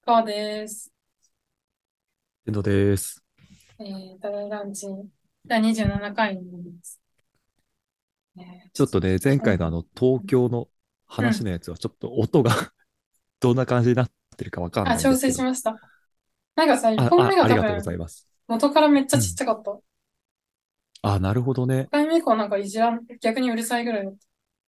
川です。 遠藤です。 ただいランチ、第27回になります。 ちょっとね、前回の東京のうん。 話のやつはちょっと音がどんな感じになってるかわかんあ、調ないんですけど。 整しました。なんかさ、1本目がありがとうござ多分、 います。 元からめっちゃちっうん。 ちゃかった。 なるほどね。 1回目以降なんかいじらん、逆にうるさいぐらいだった。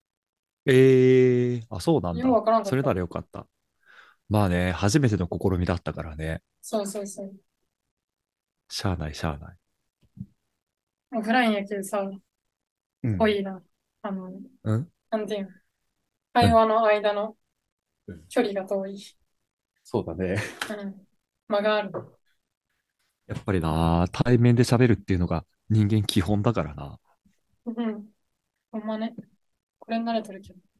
そうなんだ。 よくわからんかった。 それならよかった。まあね、初めての試みだったからね。 そうそうそう。 しゃあない、しゃあない。 オフラインやけどさ、 うん。 濃いな。あの、 うん。 なんていうの、 うん。 会話の間のうん。 距離が遠い。 そうだね。 うん。間がある。 やっぱりな、対面で喋るっていうのが人間基本だからな。 うん。ほんまね。これに慣れてるけど。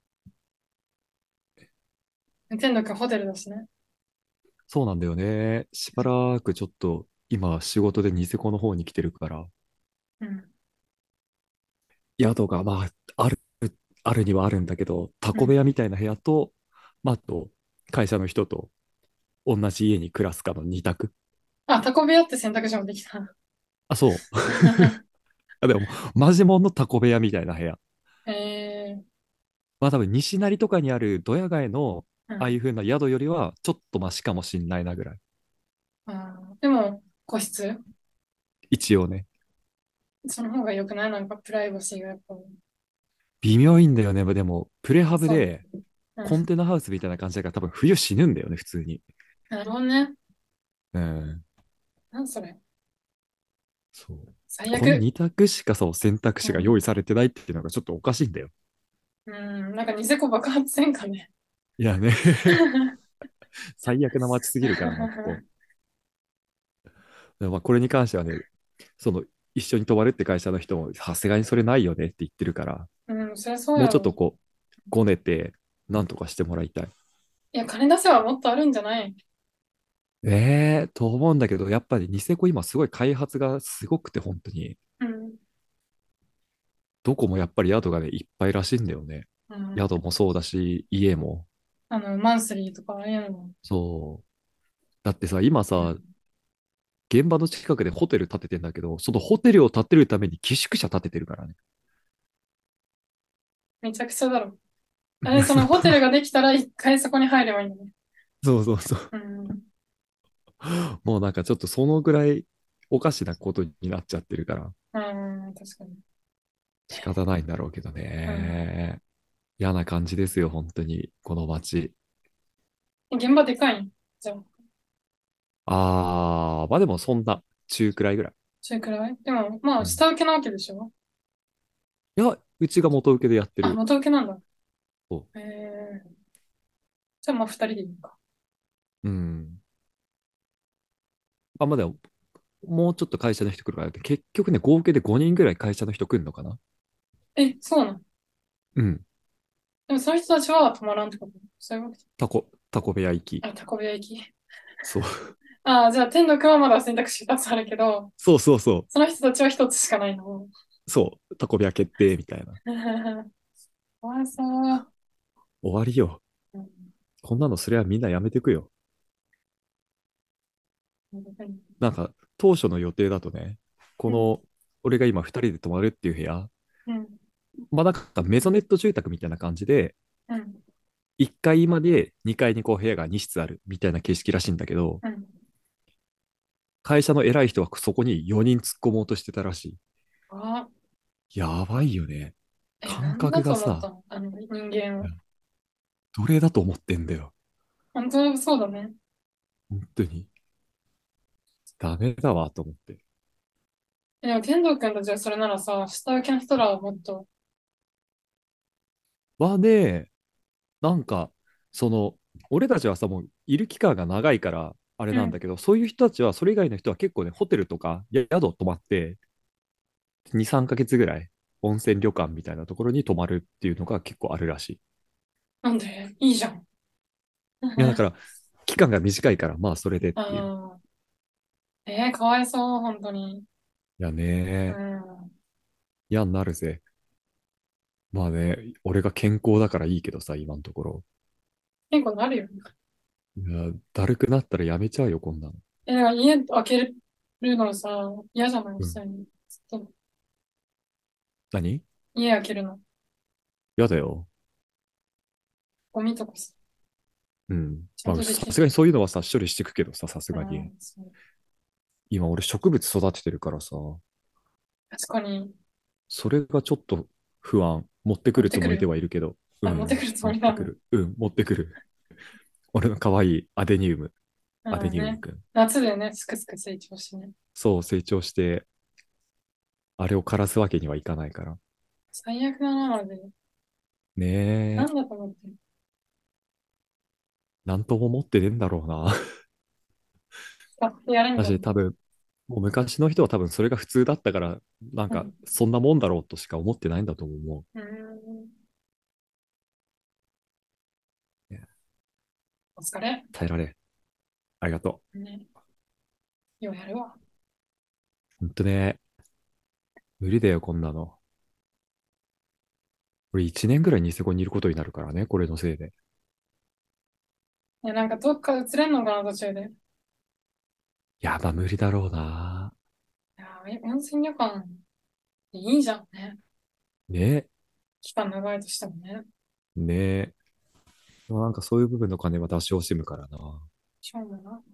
天童くんホテルだしね。 そうなんだよね。しばらくちょっと今仕事でニセコの方に来てるから、 うん。 宿が、あるにはあるんだけど、タうん。 コ部屋みたいな部屋と、あと、会社の人と同じ家に暮らすかの二択。 あ、タコ部屋って選択肢もできた。 そう。でも、マジモンのタコ部屋みたいな部屋。 えー、 多分、西成とかにあるドヤ街の、 うん。 ああいう風な宿よりは、ちょっとマシかもしんないなぐらい。 でも、個室一応ね。 その方が良くないなんかプライバシーがやっぱ。 微妙いんだよね。でも、プレハブそう。 で、 うん。 コンテナハウスみたいな感じだから、多分冬死ぬんだよね、普通に。 なるほどね。 うん。 なんそれ。 そう。この最悪。 二択しかそう選択肢が用うん。 意されてないっていうのがちょっとおかしいんだよ。 うん。なんかニセコ爆発せんかね。 いやね。最悪な街すぎるからな、ここ。でもこれに関してはね、その、一緒に泊まるって会社の人も、さすがにそれないよねって言ってるから、 うん、そりゃそうもうやろ。 ちょっとこう、ごねて、なんとかしてもらいたい。 いや、金出せばもっとあるんじゃない？ と思うんだけど、やっぱりニセコ今すごい開発がすごくて、本当に。 うん。 どこもやっぱり宿がね、いっぱいらしいんだよね。 うん。 宿もそうだし、家も。 マンスリーとかああいうのも。 そう。だってさ、今さ、 うん。 現場の近くでホテル建ててんだけど、そのホテルを建てるために寄宿舎建ててるからね。 めちゃくちゃだろ。あれ、そのホテルができたら一回そこに入ればいいんだね。 そうそうそう。 うん。 もうなんかちょっとそのぐらいおかしなことになっちゃってるから、 うん、確かに。 仕方ないんだろうけどうん。 ね。嫌な感じですよ、本当に、この街。 現場でかいんじゃあ。 でもそんな、中くらいぐらい。 それくらいでも、まあ、 うん。 下請けなわけでしょ？ いや、うちが元請けでやってあ、 る。 元請けなんだ。 そじゃあまあ二人でいいのか。 う。うん。でも、もうちょっと会社の人来るから、結局ね、合計で5人ぐらい会社の人来るのかな。 え、そうなの？ うん。 でもその人たちは泊まらんってこと？そういうわけ？ タコ部屋行き。 あ、タコ部屋行き。 そう。 あ、じゃあ天国はまだ選択肢二つあるけど、 そうそうそう。 その人たちは一つしかないの。 そう。タコ部屋決定みたいな。 かわいそう。 終わりよ。 うん。 こんなのすればみんなやめてくよ。なんか、当初の予定だとね、こうん。 の、俺が今2人で泊まるっていう部屋、 うん。 なんかメゾネット住宅みたいな感じで、 うん。 1階まで2階にこう部屋が2室あるみたいな形式らしいんだけど、 うん。 会社の偉い人はそこに4人突っ込もうとしてたらしあ、 い。やばいよね。感なんだと覚がさ、 思ったの人間を。 どれだと思ってんだよ。 本当そうだね。 本当に。ダメだわと思って。 でも天道くんたちはそれならさ、下請けの人らはもっと、 ね、なんか、その、俺たちはさ、もういる期間が長いから、あれうん。 なんだけど、そういう人たちは、それ以外の人は結構ね、ホテルとか宿泊まって、2、3ヶ月ぐらい、温泉旅館みたいなところに泊まるっていうのが結構あるらしい。 なんでいいじゃん。 いや、だから、期間が短いから、まあ、それでっていう。 あかわいそう、本当に。 いやうね、 ん。 嫌になるぜ。まあね、俺が健康だからいいけどさ、今のところ。 結構なるよね。 いや、だるくなったらやめちゃうよ、こんなの。 だから家開けるのさ、嫌じゃないうん。 普通に。ずっと何？ 家開けるの。 やだよ。 ゴミとかさ、 うん。 ちゃんまあ、 とできる。 さすがにそういうのはさ、処理していくけどさ、さすがに。 うん、そう。 今、俺植物育ててるからさ、 確かに、 それがちょっと不安。持ってくるつもりで持ってくる。 はいるけど、うあ、持ってん。 くるつもりなの。 持ってくる。うん、持ってくる。俺の可愛いアデニウム。アデうんね。 ニウムくん。 夏でね、すくすく成長してね。 そう、成長して、あれを枯らすわけにはいかないから。 最悪だな、ので。 ねえ。 なんだと思ってる。 なんとも思ってねえんだろうな。 使ってやれんだじゃん。 し多分、もう昔の人は多分それが普通だったから、なんかうん。 そんなもんだろうとしか思ってないんだと思う。 うーん。 いや、 お疲れ。 耐えられ。ありがとね。ようやるわ。 う。ほんとね、無理だよ、こんなの。俺1年ぐらいニセコにいることになるからね、これのせいで。 なんかどっか移れんのかな、途中で。 やば、無理だろうな。 温泉旅館、いいじゃんね。 ね、 期間長いとしてもね。 ね。なんかそういう部分の金は出し惜しむからな。 しょうもな。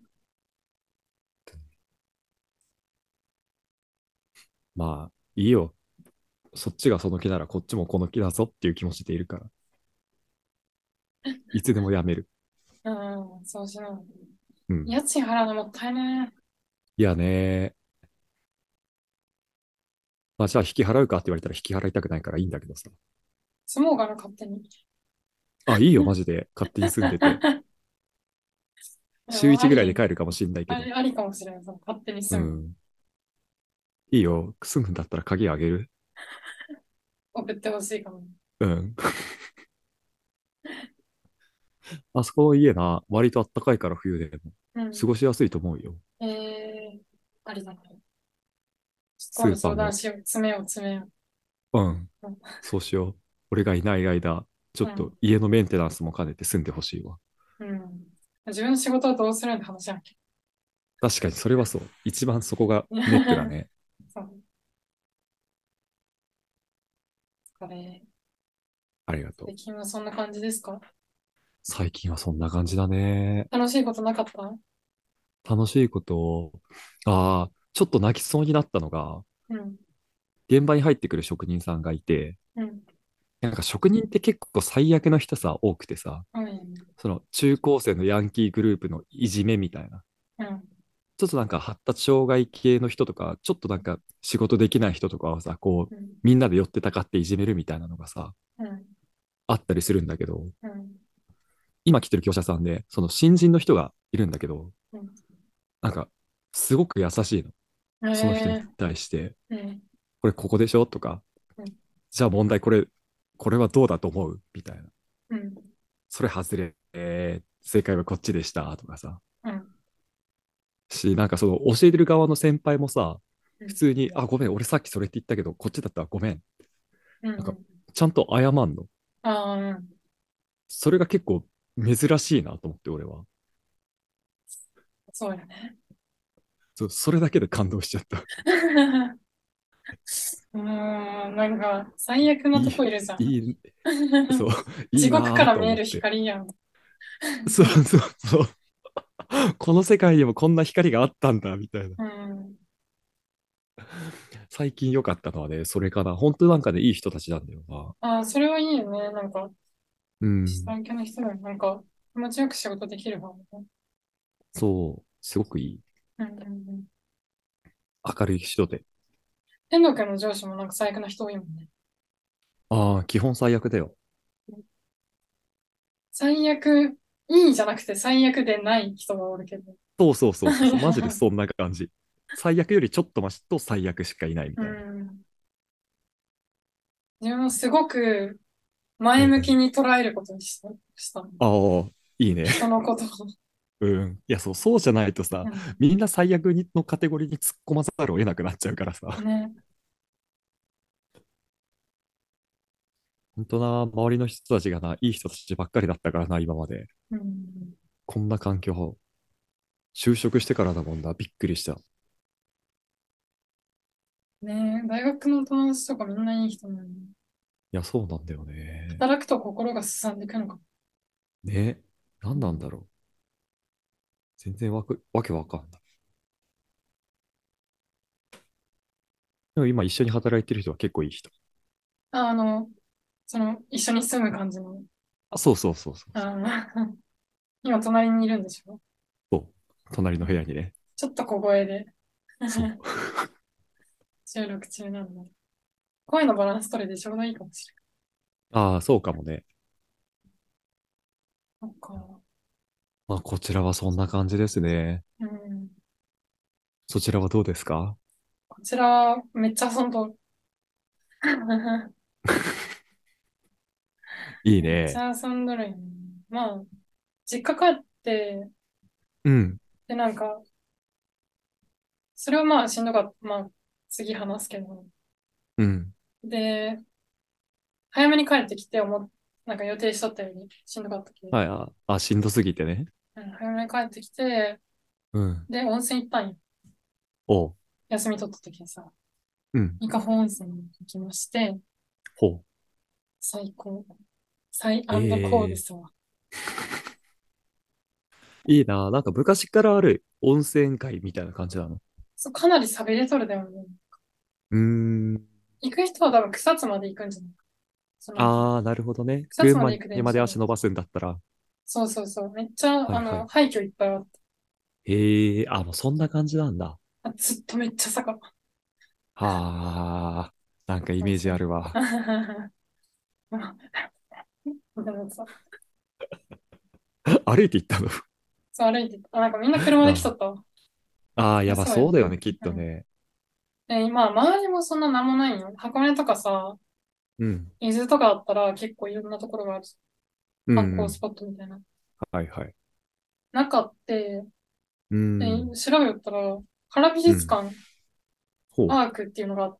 まあ、いいよ。そっちがその気ならこっちもこの気だぞっていう気持ちでいるから。いつでもやめる。 うん、そうしよう。 うん。 家賃払うのもったいね。 いやね。まあじゃあ引き払うかって言われたら引き払いたくないからいいんだけどさ。 住もうかな、勝手に。 あ、いいよ、マジで。勝手に住んでて。週1ぐらいで帰るかもしんないけど。 ありかもしれない。その勝手に住む。 うん。いいよ。住むんだったら鍵あげる。 送ってほしいかも。 うん。あそこの家な、割とあったかいから冬でもうん。 過ごしやすいと思うよ。 ありだね。今度スーパーも。 相談しよう。詰めよう、詰めようん。 う。うん。 そうしよう。俺がいない間、ちょっとうん。 家のメンテナンスも兼ねて住んでほしいわ。 うん。自分の仕事をどうするんって話やんけ。 確かにそれはそう。一番そこがネックだね。 そう。これ、 ありがとう。 最近はそんな感じですか？ 最近はそんな感じだね。 楽しいことなかった？ 楽しいことを、ちょっと泣きそうになったのが、 うん。 現場に入ってくる職人さんがいて、 うん。 なんか職人って結構最悪の人さ、多くてさ、 うん。 その中高生のヤンキーグループのいじめみたいな。 うん。 ちょっとなんか発達障害系の人とか、ちょっとなんか仕事できない人とかはさ、こう、 うん。 みんなで寄ってたかっていじめるみたいなのがさ、 うん。 あったりするんだけど、 うん。 今来てる業者さんで、その新人の人がいるんだけど、 うん。 なんか、すごく優しいの。その人にえ対して、 うん。 これここでしょとか、 うん。 じゃあ問題これはどうだと思うみたいな。 うん。 それ外れ、正解はこっちでしたとかさ。 うん。 なんかその教えてる側の先輩もさ、 うん。 普通に、あ、ごめん、俺さっきそれって言ったけど、こっちだったらごめん。 うん。 なんか、 うん。 ちゃんと謝んの。 ああ、うん。 それが結構珍しいなと思って、俺は。 そうやね。 それだけで感動しちゃった。 なんか、最悪ないとこいるじゃい、 ん。 いい、そう、い地いなぁ獄から見えると思って。 光やん。 そうそうそう。この世界にもこんな光があったんだ、みたいな。 うん。 最近良かったのはね、それかな。本当なんかね、いい人たちなんだよな。 ああ、それはいいよね。なんか、 うん。 下請けの人がなんか、気持ちよく仕事できる方がね。 そう、すごくいい。 うんうんうん。 明るい人で。 天童家の上司もなんか最悪な人多いもんね。 ああ、基本最悪だよ。 最悪、いいじゃなくて最悪でない人がおるけど。 そうそうそうそうそう、マジでそんな感じ。最悪よりちょっとマシと最悪しかいないみうたいな。 ん。自分もすごく前向きうん。 に捉えることにしたの。 ああ、いいね。 人のことを。 うん。いや、そうじゃないとさ、 うん。 みんな最悪のカテゴリーに突っ込まざるを得なくなっちゃうからさ。 ね。 本当な、周りの人たちがな、いい人たちばっかりだったからな、今まで。 うん。 こんな環境、就職してからだもんな。びっくりした。いねえ、大学の友達とかみんないい人なのに、 や、そうなんだよね。 働くと心がすさんでいくのか。 ね。何うん、 なんだろう。全然わけわかんない。でも今一緒に働いてる人は結構いい人。 あ、一緒に住む感じの。 あ、そうそうそうそうそう。 あ今隣にいるんでしょ？ 隣の部うん、 屋にね。 ちょっと小声でそう。 収録中なんだ。声のバランス取れてちょうどいいかもしれああ、そうかもね。 ない。なんか、 まあ、こちらはそんな感じですね。 うん。 そちらはどうですか？ こちら、めっちゃ遊んどる。めっちいいね。 ゃ遊んどるよね。まあ、実家帰って、 うん、 で、なんか、それはまあしんどかった。まあ、次話すけど。 うん。 で、早めに帰ってきてなんか予定しとったよりしんどかったけど、 はい、しんどすぎてね。 うん、早めに帰ってきて、 うん。 で、温泉行ったんよ。 おう。 休み取った時にさ、 うん。 伊香保温泉に行きまして、 ほう。 最高。最高でええ、 すわ。 いいな。なんか昔からある温泉街みたいな感じなの？ そう、かなり寂れとるだよね。 うーん。 行く人は多分草津まで行くんじゃないか。なんか、 ああ、なるほどね。 草津まで群馬行く電車が。 にまで足伸ばすんだったら。 そうそうそう。めっちゃ、 はいはい。 廃墟いっぱいあって。 へえ、もうそんな感じなんだ。 ずっとめっちゃ坂。 はあ、なんかイメージそうそう。 あるわ。 でもさ、 歩いて行ったの？ そう歩いてた。なんかみんな車で来とあったわ。 やばそうや。 そうだよね、きっうん。 とね。 今、周りもそんななんもないんよ。箱根とかさ、 うん。 伊豆とかあったら結構いろんなところがある。 うんうん。 観光スポットみたいな。 はいはい。 中って、 うん。 調べよったら、原美うん。 術館ほパークっていうのがあって、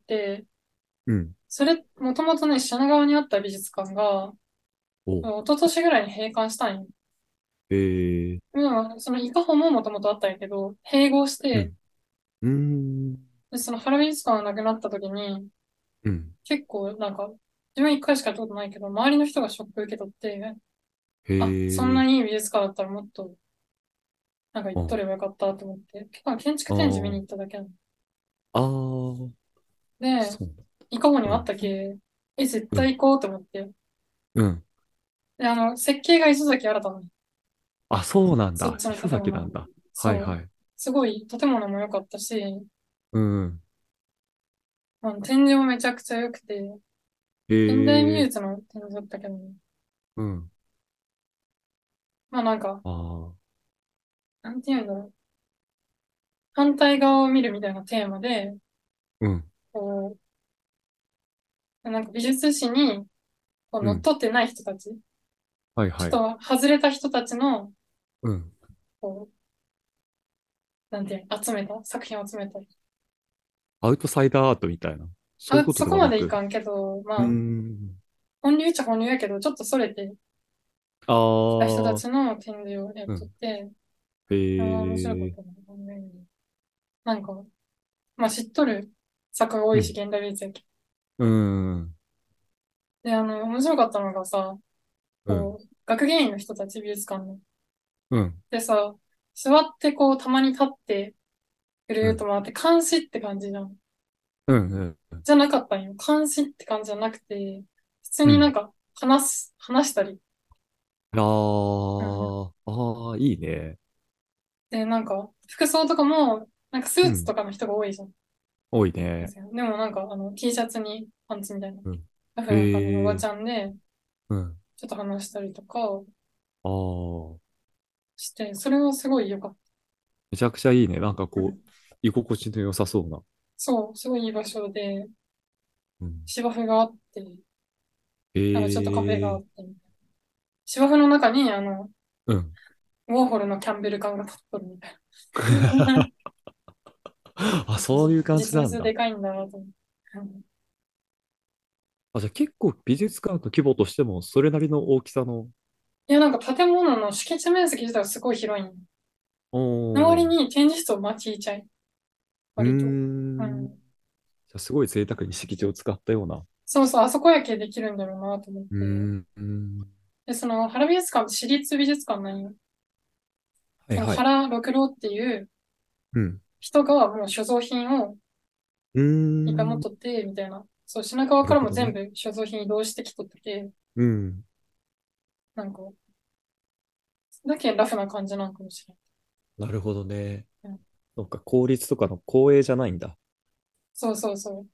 う。うん。 それ、もともとね、品川にあった美術館が、 お、 一昨年ぐらいに閉館したんよ。 えー、 その伊香保ももともとあったんやけど、併合して、 うん。うーん。 で、その原美術館がなくなった時に、 うん。 結構なんか、自分一回しか行ったことないけど、周りの人がショック受け取って、 へあ、そんなえ。 にいい美術館だったらもっと、なんか行っとあればよかったと思って、結構建築展示見にあ。 行っただけなの。 ああ。 で、 そうなんだ。 伊香保にはあっうん。 たけ、絶うん。 対行こうと思って。 うん。 で、設計が磯崎新なの。 あ、そうなんだ。 そっちの磯建物。 崎なんだ。はいそう。 はい。 すごい、建物も良かったし、 うん。 展示もめちゃくちゃ良くて、 へ現代美え。 術の展示だったけどね。 うん。 まあなんか、 ああ。 なんて言うんだろう。反対側を見るみたいなテーマで、 うん。 こなんか美術史にうん。 乗っ取ってない人たち、 はいはい。 ちょっと外れた人たちの、 うん。 こなんていうの、作品を集めたり。 アウトサイダーアートみたいな。そういうことそこまではなく。 でいかんけど、 うーまあ、 ん。 本流っちゃ本流やけど、ちょっとそれてあきた人たあ。 ちの展示をやっうん。 とって、 へ面白かっえ。 たな。なんか、まあ知っとる作が多いし、 うん。 現代美術やけうーん。 ど。で、面白かったのがさ、 うん。 学芸員の人たち、美術館の。 うん。 でさ、座ってたまに立ってくれうん。 ると回って、監視って感じじゃん。 うん。うん。 じゃなかったんよ。監視って感じじゃなくて、普通うん。 になんか話したり。うん。 いいね。 で、なんか、服装とかも、なんかスうん。 ーツとかの人が多いじゃん。 多いね。 でもなんか、T シャツにパンツみたいな、 うん。 ラフな感じのおばへえ。 ちゃんで、 うん。 ちょっと話したりとかああ。 して、それはすごい良かった。 めちゃくちゃいいね。なんかこう、 うん。 居心地の良さそうな。 そう、すごいいい場所で、 うん。 芝生があって、なんかちょっとカフェがあへえ。 って、芝生の中に、 うん。 ウォーホルのキャンベル缶が立っとるみたいな。 そういう感じ実なんだ。 物でかいんだなと思って。うん、 じゃあ結構美術館の規模としてもそれなりの大きさの。 いや、なんか建物の敷地面積自体はすごい広いんよ。の割おー。 に展示室をまあちいちゃい、 うー割と。うん。じん。 ゃあすごい贅沢に敷地を使ったような。 そうそう、あそこやけできるんだろうなと思って。 うーん。 で、その原美術館って私立美術館なんよ。そのはいはい。 原六郎っていううん。 人がもう所蔵品をうーいっぱい持っん。 とって、みたいな。そう、品川からもなるほどね。 全部所蔵品移動してきとってて、 うん。 なんか、だけラフな感じなんかもしれなるほどね。 ない。うん、 そっか、公立とかの公営じゃないんだ。 そうそうそう。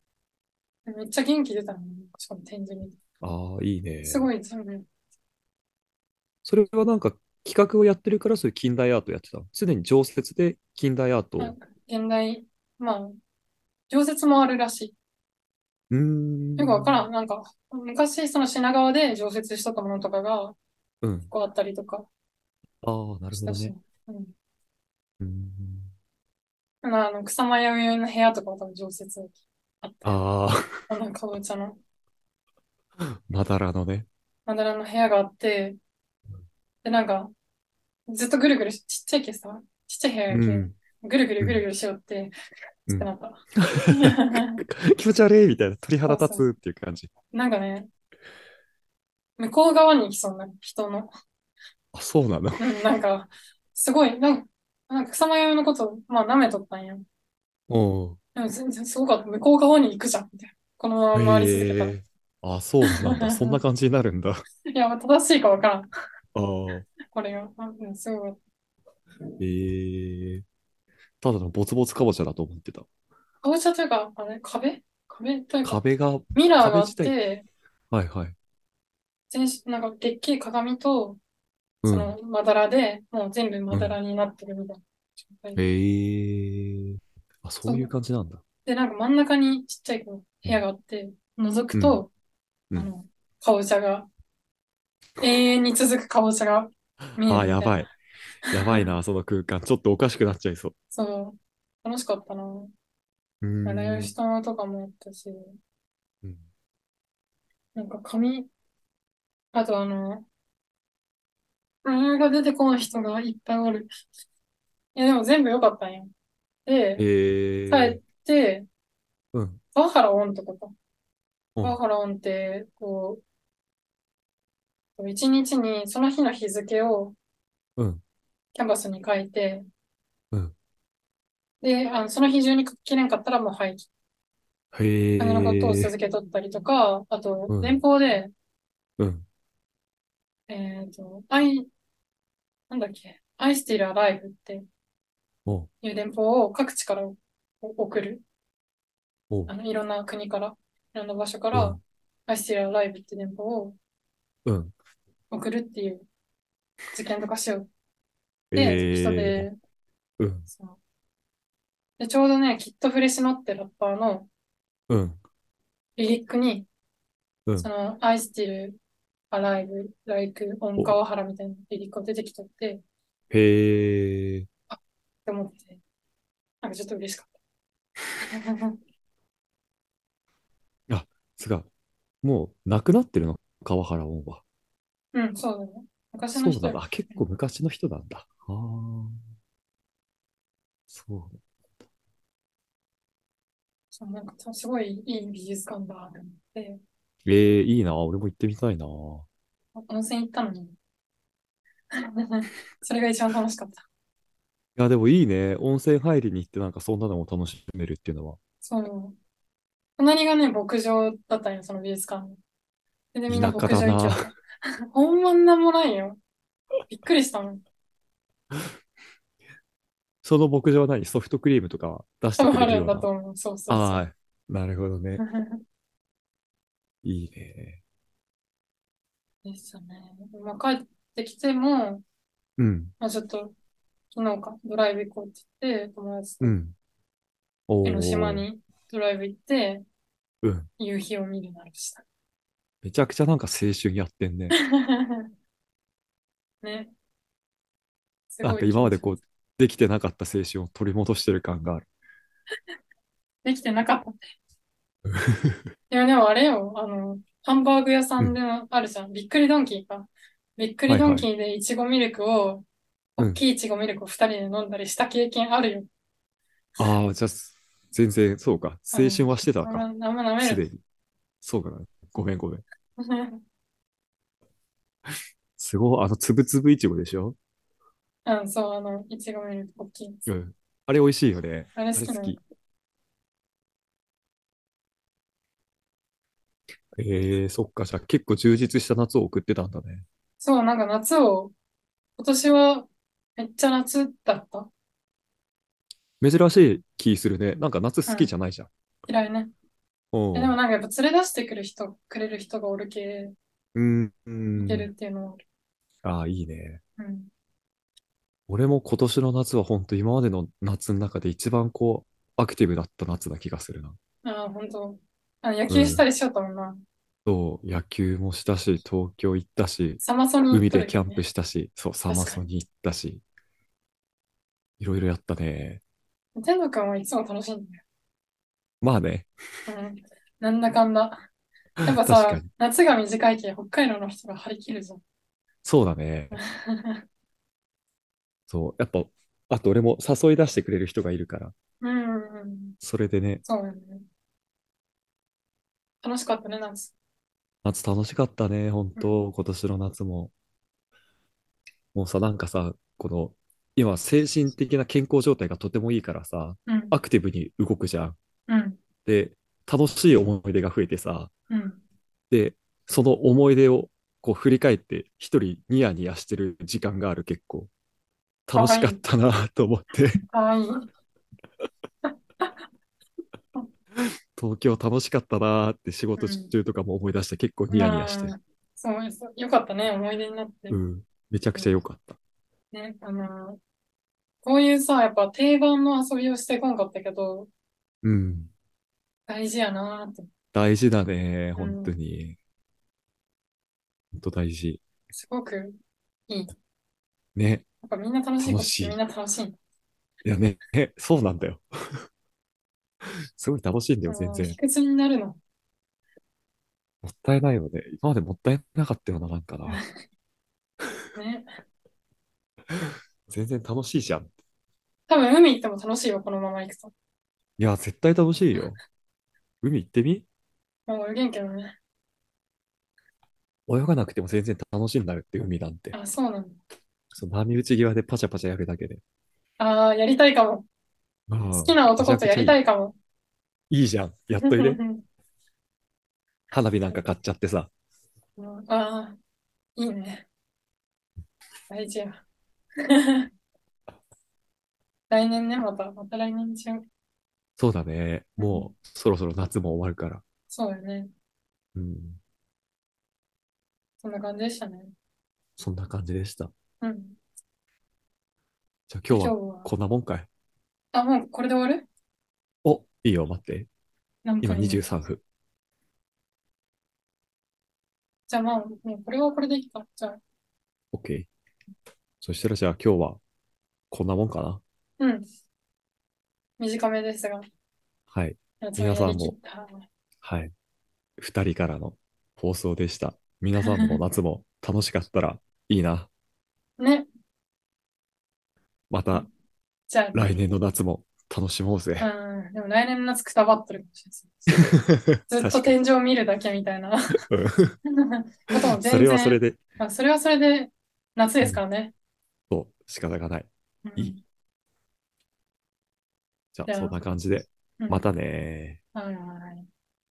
めっちゃ元気出たのね。しかも展示見て。 ああ、いいすね。 ごい全部。 それはなんか企画をやってるからそういう近代アートやってたの？常に常設で近代アートを。 なんか現代、まあ、常設もあるらしい。 うーよくわからん。 ん。なんか、昔その品川で常設しとったものとかがうん。 結構あったりとかああ、なるしたし。 ほどね。 うん。 うーん。 草間彌生の部屋とかは多分常設あったよ。 あかぼちゃの、 あ、まだらのね。 まだらの部屋があって、で、なんか、ずっとぐるぐるちっちゃいけさ、ちっちゃい部屋やけ、 うん。 ぐるぐるうん。 ぐるぐるしよって、 うん。 つってなった。 気持ち悪いみたいな。鳥肌そうそう。 立つっていう感じ。 なんかね、向こう側に行きそうな人の、 あ、そうなの。 うん、なんか、すごい、なんか草間彌生のこと、まあ舐めとったんや。 おう。 でも全然すごかった。向こう側に行くじゃん、みたいな。このまま回り続けたら。 へえ。あ、そうなんだ。そんな感じになるんだ。 いや、正しいかわからん。 ああ。 これが。うん、すごい。 ええ。ただのボツボツかぼちゃだと思ってた。 かぼちゃというか、あれ、壁というか、 壁が、 ミラーがあ壁自体。 って、 はいはい。 なんか、でっけえ鏡と、 うん。 その、まだらで、もう全部まうん。 だらになってるみたいな状態。 ええ。あ、そういうそう。 感じなんだ。 で、なんか真ん中にちっちゃいこう部屋うん。 があって、覗くうん。 と、 うん。 かぼちゃが、永遠に続くかぼちゃが見えあ、 るみたいな。 やばい。やばいな、その空間。ちょっとおかしくなっちゃいそう。 そう。楽しかったな。 うーライブしん。 たとかもあったし、 うん。 なんかあと名前が出てこない人がいっぱいおる。いや、でも全部良かったんよ。で、帰っええ。 て、 うん。 川原オンとかか。 うん。 川原オンって、一日にその日の日付をうん。 キャンバスに書いて、 うん。 で、その日中に書ききれんかったらもう廃棄。感じのことをへえ。 続けとったりとか、あと、電うん。 報で、 うん。 えっと、なんだっけ、愛しているアライブっておう。 いう電報を各地から送る。 おう。 いろんな国から、いろんな場所から、 うん。 愛しているアライブって電報をうん。 送るっていう実験とかしようって人ええ。 で、 うん。 そう。で、ちょうどね、キッドフレシノってラッパーのうん。 リリックに、 うん。 愛しているアライブ、like オンお、 川原みたいなリリックが出てきとって、っへえ。 て思って、なんかちょっと嬉しかった。 あ、違う。もう、なくなってるの、川原音は。 うん、そうだね。昔の人よ。 そうなんだ。あ、結構昔の人なんだ。ああ、そう。 そう、なんかすごいいい美術館だと思って、 ええ、いいな。俺も行ってみたいな。い温泉行ったのに。それが一番楽しかった。 や、でもいいね。温泉入りに行ってなんかそんなのも楽しめるっていうのは。 そう。隣がね、牧場だったんよ、その美術館の。で、みんな田舎牧だな。 場行きよった。ほんまんなんもないよ。びっくりしたもん。 その牧場は何？ソフトクリームとか出してく多分あるんれるような。 だと思う。そうそうそう。 ああ、なるほどね。いいね。 でしたね。まあ、帰ってきても、 うん。 まあ、ちょっと昨日かドライブ行こうって言って、友達とうん。 江ノ島おー。 にドライブ行って、 うん。 夕日を見るなりした。 めちゃくちゃなんか青春やってんね。 ね、すなんかごい気持ちいい。 今までこう、できてなかった青春を取り戻してる感がある。 できてなかった。いや、でもあれよ、ハンバーグ屋さんでうん。 あるじゃん。びっくりドンキーか。 びっくりはいはい。 ドンキーでいちごミルクを、大うん。 きいいちごミルクを二人で飲んだりした経験あるよ。 ああ、じゃあ、全然、そうか。 うん。 青春はしてたか。 あんま舐めるすでに。そうかな。ごめんごめん。 な。 すごい、つぶつぶいちごでしょ？ うん、そう、いちごミルク大きいやつ。 うん。あれ美味しいよね。 あれ好きなの。 あれ好き。そっか。じゃあ結構充実した夏を送ってたんだね。 そう、なんか夏を、今年はめっちゃ夏だった。 珍しい気するね。なんか夏好きじうん、 ゃないじゃん。 嫌いね。でもおう。 なんかやっぱ連れ出してくれる人がおる系、 うん、ういけるん。 っていうのはある。 ああ、いいね。 うん。 俺も今年の夏は本当今までの夏の中で一番こう、アクティブだった夏な気がするな。 ああ、本当。野うん。 球したりしよったもんな。 そう、野球もしたし、東京行ったし、 サマソに行っ海とでキャンプるけどね。 したし、そう、サマ確かに。 ソに行ったし、いろいろやったね。 天野くんはいつも楽しいんだよ。 まあね、 うん。なんだかんだ。やっぱさ、 確かに。 夏が短いけ北海道の人が張り切るぞ。 そうだね。そう、やっぱ、あと俺も誘い出してくれる人がいるから、 うん、うん。 それでね、 そうだよね。楽しかったね、夏。 夏楽しかったね、本うん。 当今年の夏も。もうさ、なんかさ、今、精神的な健康状態がとてもいいからさ、 うん。 アクティブに動くじゃん。 うん。 で、楽しい思い出が増えてさ、 うん。 で、その思い出をこう振り返って一人ニヤニヤしてる時間がある結構楽しかっかわいい。 たなと思って、 かわいい。 東京楽しかったなって仕事うん。 中とかも思い出して結構ニヤニヤしてる。 まあ、そう、よかったね、思い出になって。 うん。めちゃくちゃうん。 良かった。 ね、こういうさ、やっぱ定番の遊びをしてこんかったけど、 うん。 大事やなーって。 大事だね。本当うん。 に。本当大事。 すごくいい。 ね。 やっぱみんな楽しい楽しい。 ことってみんな楽しい。 いやね、そうなんだよ。すごい楽しいんだよ、全然。 卑屈になるの。 もったいないよね。今までもったいなかったよな、なんかな。 ね。 全然楽しいじゃん。 多分海行っても楽しいわ、このまま行くと。 いや、絶対楽しいよ。海行ってみ？ もう泳げんけどね。 泳がなくても全然楽しいんだよって、海なんて。 あ、そうなんだ。 波打ち際でパチャパチャやるだけで。 ああ、やりたいかも。好ああ、 きなめち男とやりゃくちゃいい。 たいかも。 いいじゃん。やっといて。花火なんか買っちゃってさ。 ああ、いいね。大事や。来年ね、また来年にしよう。 そうだね。 うん、 もうそろそろ夏も終わるから。 そうだよね。 うん。 そんな感じでしたね。 そんな感じでした。 うん。 じゃあで、 今日は今日は、 こんなもんかい。 あ、もうこれで終わる？ お、いいよ、待って。今何分今？ 23分。 じゃあまあ、もうこれはこれでいいか。じゃあ、 OK。そしたらじゃあ今日はこんなもんかな。 うん。短めですが、 はい。 夏をやりきっ皆さんも、 た。 はい。二人からの放送でした。皆さんの夏も楽しかったらいいな。 ね。 またじゃあね。 来年の夏も楽しもうぜ。 うん。でも来年の夏くたばってるかもしれない。ずっと確かに。 天井を見るだけみたいなうん。 こともそ全然、 れはそれで、 まあ、それはそれで夏でうん、 すからね。 そう、仕方がない。いい。 うん。 じゃあ、 じゃあ、 そんな感じで。 うん。 またねはいはい。